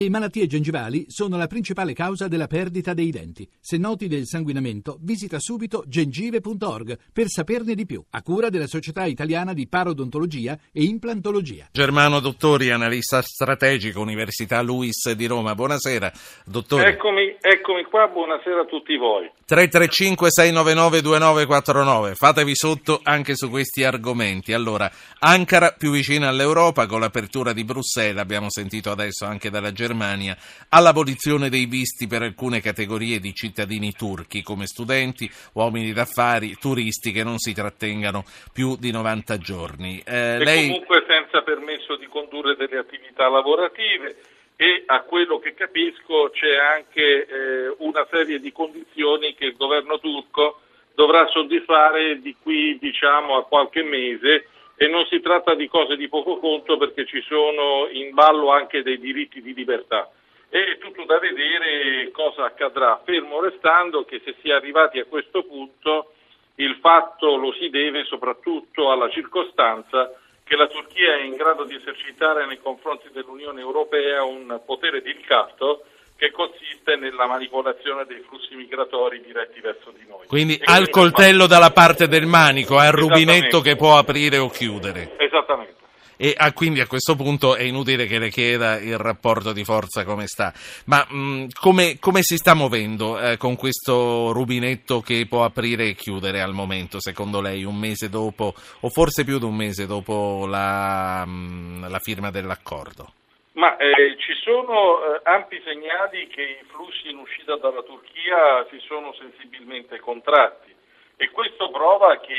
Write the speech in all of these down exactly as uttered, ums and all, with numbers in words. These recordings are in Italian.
Le malattie gengivali sono la principale causa della perdita dei denti. Se noti del sanguinamento, visita subito gengive punto org per saperne di più, a cura della Società Italiana di Parodontologia e Implantologia. Germano Dottori, analista strategico, Università Luis di Roma. Buonasera, dottore. Eccomi, eccomi qua, buonasera a tutti voi. tre tre cinque sei nove nove due nove quattro nove, fatevi sotto anche su questi argomenti. Allora, Ankara più vicina all'Europa con l'apertura di Bruxelles, abbiamo sentito adesso anche dalla Germania, all'abolizione dei visti per alcune categorie di cittadini turchi come studenti, uomini d'affari, turisti che non si trattengano più di novanta giorni. Eh, e lei... comunque senza permesso di condurre delle attività lavorative. E a quello che capisco c'è anche eh, una serie di condizioni che il governo turco dovrà soddisfare di qui diciamo a qualche mese, e non si tratta di cose di poco conto perché ci sono in ballo anche dei diritti di libertà. È tutto da vedere cosa accadrà, fermo restando che se si è arrivati a questo punto il fatto lo si deve soprattutto alla circostanza che la Turchia è in grado di esercitare nei confronti dell'Unione Europea un potere di ricatto che consiste nella manipolazione dei flussi migratori diretti verso di noi. Quindi ha il coltello dalla parte del manico, ha il rubinetto che può aprire o chiudere. Esattamente. E ah, quindi a questo punto è inutile che le chieda il rapporto di forza come sta. Ma mh, come, come si sta muovendo eh, con questo rubinetto che può aprire e chiudere al momento, secondo lei, un mese dopo, o forse più di un mese dopo la, mh, la firma dell'accordo? Ma eh, ci sono eh, ampi segnali che i flussi in uscita dalla Turchia si sono sensibilmente contratti. E questo prova che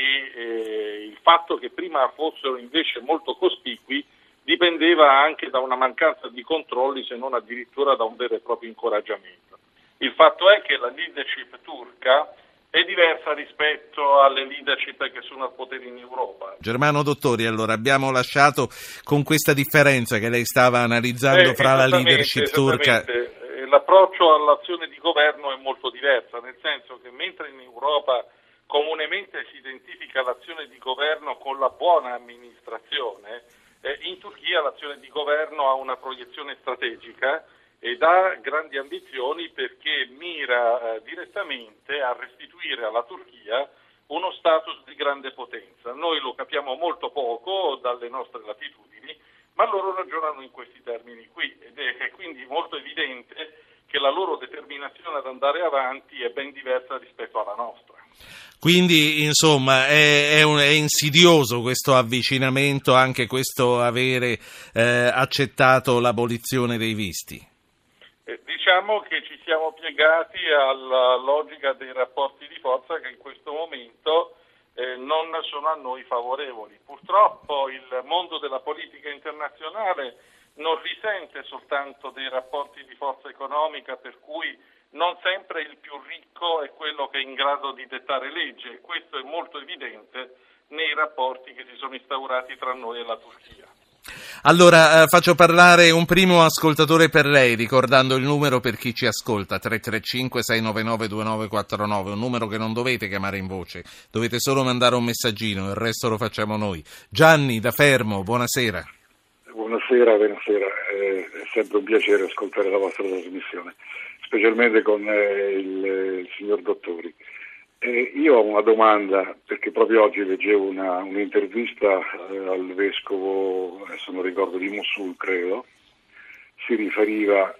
eh, il fatto che prima fossero invece molto cospicui dipendeva anche da una mancanza di controlli, se non addirittura da un vero e proprio incoraggiamento. Il fatto è che la leadership turca è diversa rispetto alle leadership che sono al potere in Europa. Germano Dottori, allora abbiamo lasciato con questa differenza che lei stava analizzando eh, fra la leadership turca. L'approccio all'azione di governo è molto diversa, nel senso che mentre in Europa comunemente si identifica l'azione di governo con la buona amministrazione, eh, in Turchia l'azione di governo ha una proiezione strategica ed ha grandi ambizioni perché mira eh, direttamente a restituire alla Turchia uno status di grande potenza. Noi lo capiamo molto poco dalle nostre latitudini, ma loro ragionano in questi termini qui ed è quindi molto evidente che la loro determinazione ad andare avanti è ben diversa rispetto alla nostra. Quindi, insomma, è, è, un, è insidioso questo avvicinamento, anche questo avere eh, accettato l'abolizione dei visti? Eh, diciamo che ci siamo piegati alla logica dei rapporti di forza che in questo momento eh, non sono a noi favorevoli. Purtroppo il mondo della politica internazionale non risente soltanto dei rapporti di forza economica, per cui non sempre il più ricco è quello che è in grado di dettare legge, e questo è molto evidente nei rapporti che si sono instaurati tra noi e la Turchia. Allora, eh, faccio parlare un primo ascoltatore per lei, ricordando il numero per chi ci ascolta, tre tre cinque sei nove nove due nove quattro nove, un numero che non dovete chiamare in voce, dovete solo mandare un messaggino, il resto lo facciamo noi. Gianni da Fermo, buonasera. Buonasera, buonasera, eh, è sempre un piacere ascoltare la vostra trasmissione, specialmente con eh, il, il signor Dottori. Eh, io ho una domanda, perché proprio oggi leggevo una, un'intervista eh, al vescovo, adesso non ricordo, di Mosul, credo, si riferiva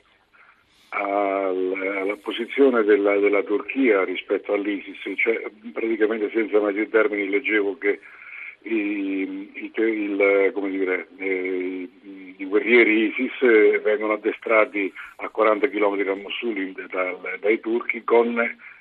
al, alla posizione della, della Turchia rispetto all'ISIS, cioè praticamente senza maggiori termini leggevo che I, i, il, come dire, eh, i guerrieri ISIS vengono addestrati a quaranta chilometri da Mosul dai, dai turchi con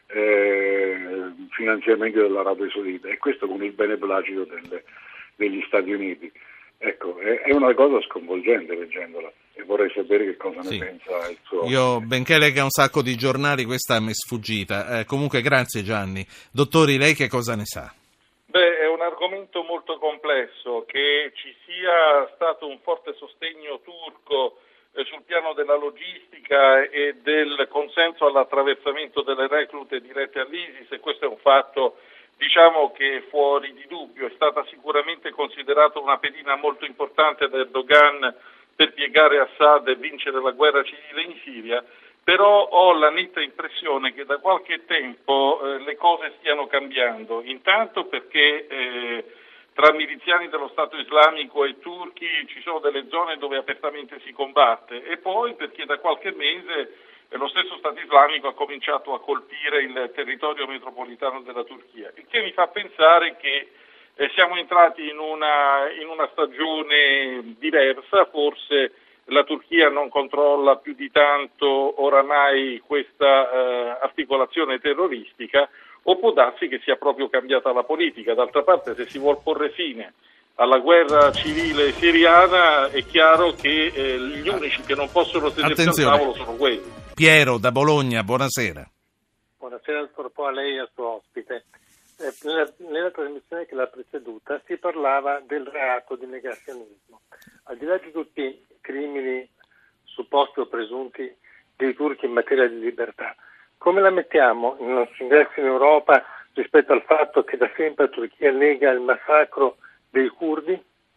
eh, finanziamenti dell'Arabia Saudita, e questo con il beneplacito delle, degli Stati Uniti. Ecco, è, è una cosa sconvolgente leggendola, e vorrei sapere che cosa sì. ne pensa il suo. Io, benché legga un sacco di giornali, questa mi è sfuggita. Eh, comunque grazie Gianni. Dottori, lei che cosa ne sa? Beh, è un argomento molto complesso. Che ci sia stato un forte sostegno turco eh, sul piano della logistica e del consenso all'attraversamento delle reclute dirette all'ISIS, e questo è un fatto diciamo che è fuori di dubbio. È stata sicuramente considerata una pedina molto importante da Erdogan per piegare Assad e vincere la guerra civile in Siria, però ho la netta impressione che da qualche tempo eh, le cose stiano cambiando, intanto perché eh, tra miliziani dello Stato islamico e turchi ci sono delle zone dove apertamente si combatte, e poi perché da qualche mese eh, lo stesso Stato islamico ha cominciato a colpire il territorio metropolitano della Turchia, il che mi fa pensare che eh, siamo entrati in una, in una stagione diversa. Forse la Turchia non controlla più di tanto oramai questa eh, articolazione terroristica, o può darsi che sia proprio cambiata la politica. D'altra parte, se si vuol porre fine alla guerra civile siriana, è chiaro che eh, gli unici che non possono sedersi al tavolo sono quelli. Piero da Bologna, buonasera. Buonasera dottor Po, a lei e al suo ospite. Eh, nella, nella trasmissione che l'ha preceduta si parlava del reato di negazionismo. Al di là di tutti i crimini supposti o presunti dei turchi in materia di libertà, come la mettiamo il nostro ingresso in Europa rispetto al fatto che da sempre la Turchia nega il massacro dei curdi,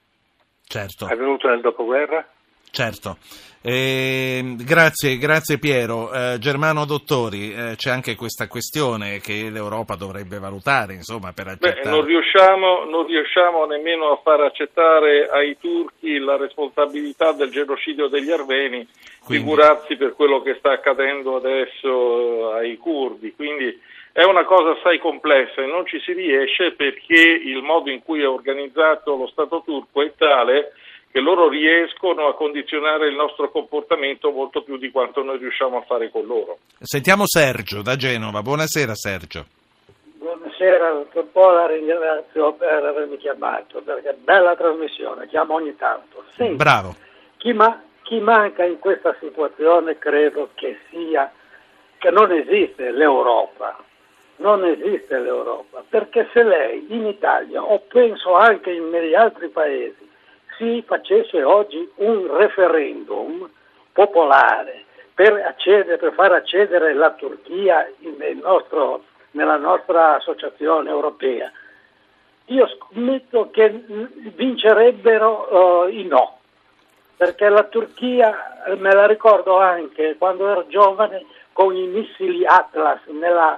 certo, avvenuto nel dopoguerra? Certo. Eh, grazie, grazie Piero. Eh, Germano Dottori, eh, c'è anche questa questione che l'Europa dovrebbe valutare, insomma, per accettare. Beh, non riusciamo, non riusciamo nemmeno a far accettare ai turchi la responsabilità del genocidio degli armeni, quindi figurarsi per quello che sta accadendo adesso ai curdi. Quindi è una cosa assai complessa e non ci si riesce perché il modo in cui è organizzato lo Stato turco è tale che loro riescono a condizionare il nostro comportamento molto più di quanto noi riusciamo a fare con loro. Sentiamo Sergio da Genova. Buonasera Sergio. Buonasera, dottor Po, la ringrazio per avermi chiamato, perché bella trasmissione, chiamo ogni tanto. Senti, bravo. Chi, ma, chi manca in questa situazione credo che sia che non esiste l'Europa, non esiste l'Europa, perché se lei in Italia, o penso anche in negli altri paesi, si facesse oggi un referendum popolare per accedere, per far accedere la Turchia nel nostro, nella nostra associazione europea, io scommetto che vincerebbero uh, i no, perché la Turchia, me la ricordo anche quando ero giovane, con i missili Atlas nella,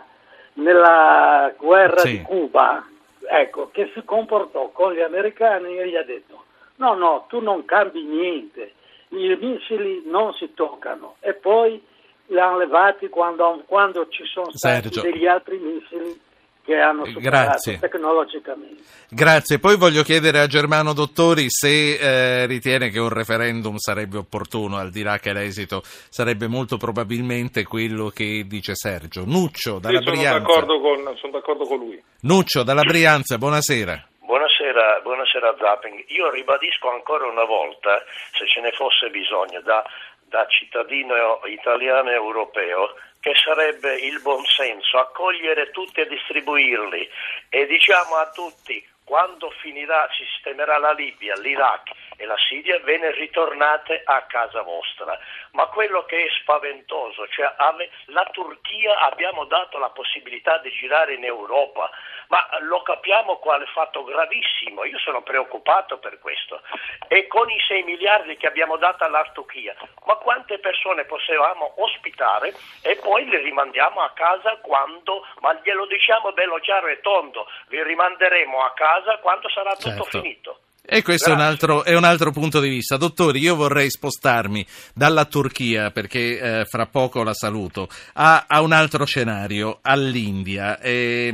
nella guerra sì. di Cuba, ecco, che si comportò con gli americani e gli ha detto: no, no, tu non cambi niente, i missili non si toccano, e poi li hanno levati quando, quando ci sono stati Sergio. degli altri missili che hanno superato Grazie. tecnologicamente. Grazie. Poi voglio chiedere a Germano Dottori se eh, ritiene che un referendum sarebbe opportuno, al di là che l'esito sarebbe molto probabilmente quello che dice Sergio. Nuccio dalla sì, sono Brianza. D'accordo con, sono d'accordo con lui. Nuccio dalla Brianza, buonasera. Buonasera, buonasera Zapping. Io ribadisco ancora una volta, se ce ne fosse bisogno, da, da cittadino italiano e europeo, che sarebbe il buonsenso accogliere tutti e distribuirli, e diciamo a tutti: quando finirà, si sistemerà la Libia, l'Iraq e la Siria, ve ne ritornate a casa vostra. Ma quello che è spaventoso, cioè la Turchia abbiamo dato la possibilità di girare in Europa, ma lo capiamo quale fatto gravissimo. Io sono preoccupato per questo. E con i sei miliardi che abbiamo dato alla Turchia, ma quante persone possiamo ospitare e poi le rimandiamo a casa quando, ma glielo diciamo bello chiaro e tondo, vi rimanderemo a casa quando sarà tutto certo. finito. E questo è un, altro, è un altro punto di vista. Dottori, io vorrei spostarmi dalla Turchia, perché eh, fra poco la saluto, a, a un altro scenario, all'India. E,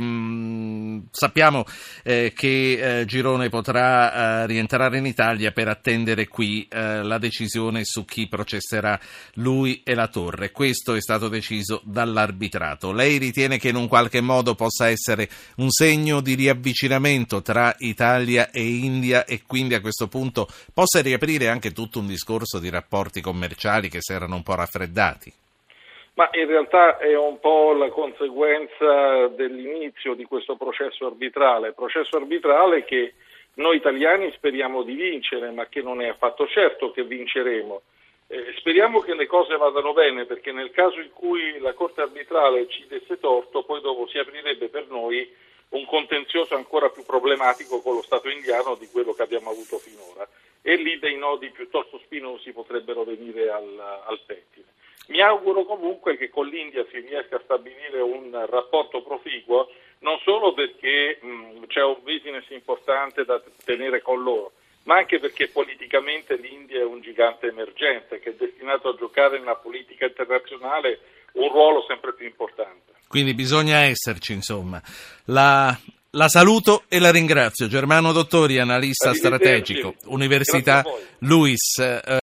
mh, sappiamo eh, che eh, Girone potrà eh, rientrare in Italia per attendere qui eh, la decisione su chi processerà lui e la Torre. Questo è stato deciso dall'arbitrato. Lei ritiene che in un qualche modo possa essere un segno di riavvicinamento tra Italia e India, e quindi a questo punto possa riaprire anche tutto un discorso di rapporti commerciali che si erano un po' raffreddati? Ma in realtà è un po' la conseguenza dell'inizio di questo processo arbitrale, processo arbitrale che noi italiani speriamo di vincere, ma che non è affatto certo che vinceremo. Eh, speriamo che le cose vadano bene, perché nel caso in cui la Corte arbitrale ci desse torto, poi dopo si aprirebbe per noi un contenzioso ancora più problematico con lo Stato indiano di quello che abbiamo avuto finora. e lì dei nodi piuttosto spinosi potrebbero venire al, al pettine. Mi auguro comunque che con l'India si riesca a stabilire un rapporto proficuo, non solo perché mh, c'è un business importante da tenere con loro, ma anche perché politicamente l'India è un gigante emergente che è destinato a giocare nella politica internazionale un ruolo sempre più importante. Quindi bisogna esserci, insomma. La, la saluto e la ringrazio. Germano Dottori, analista strategico, Università LUISS.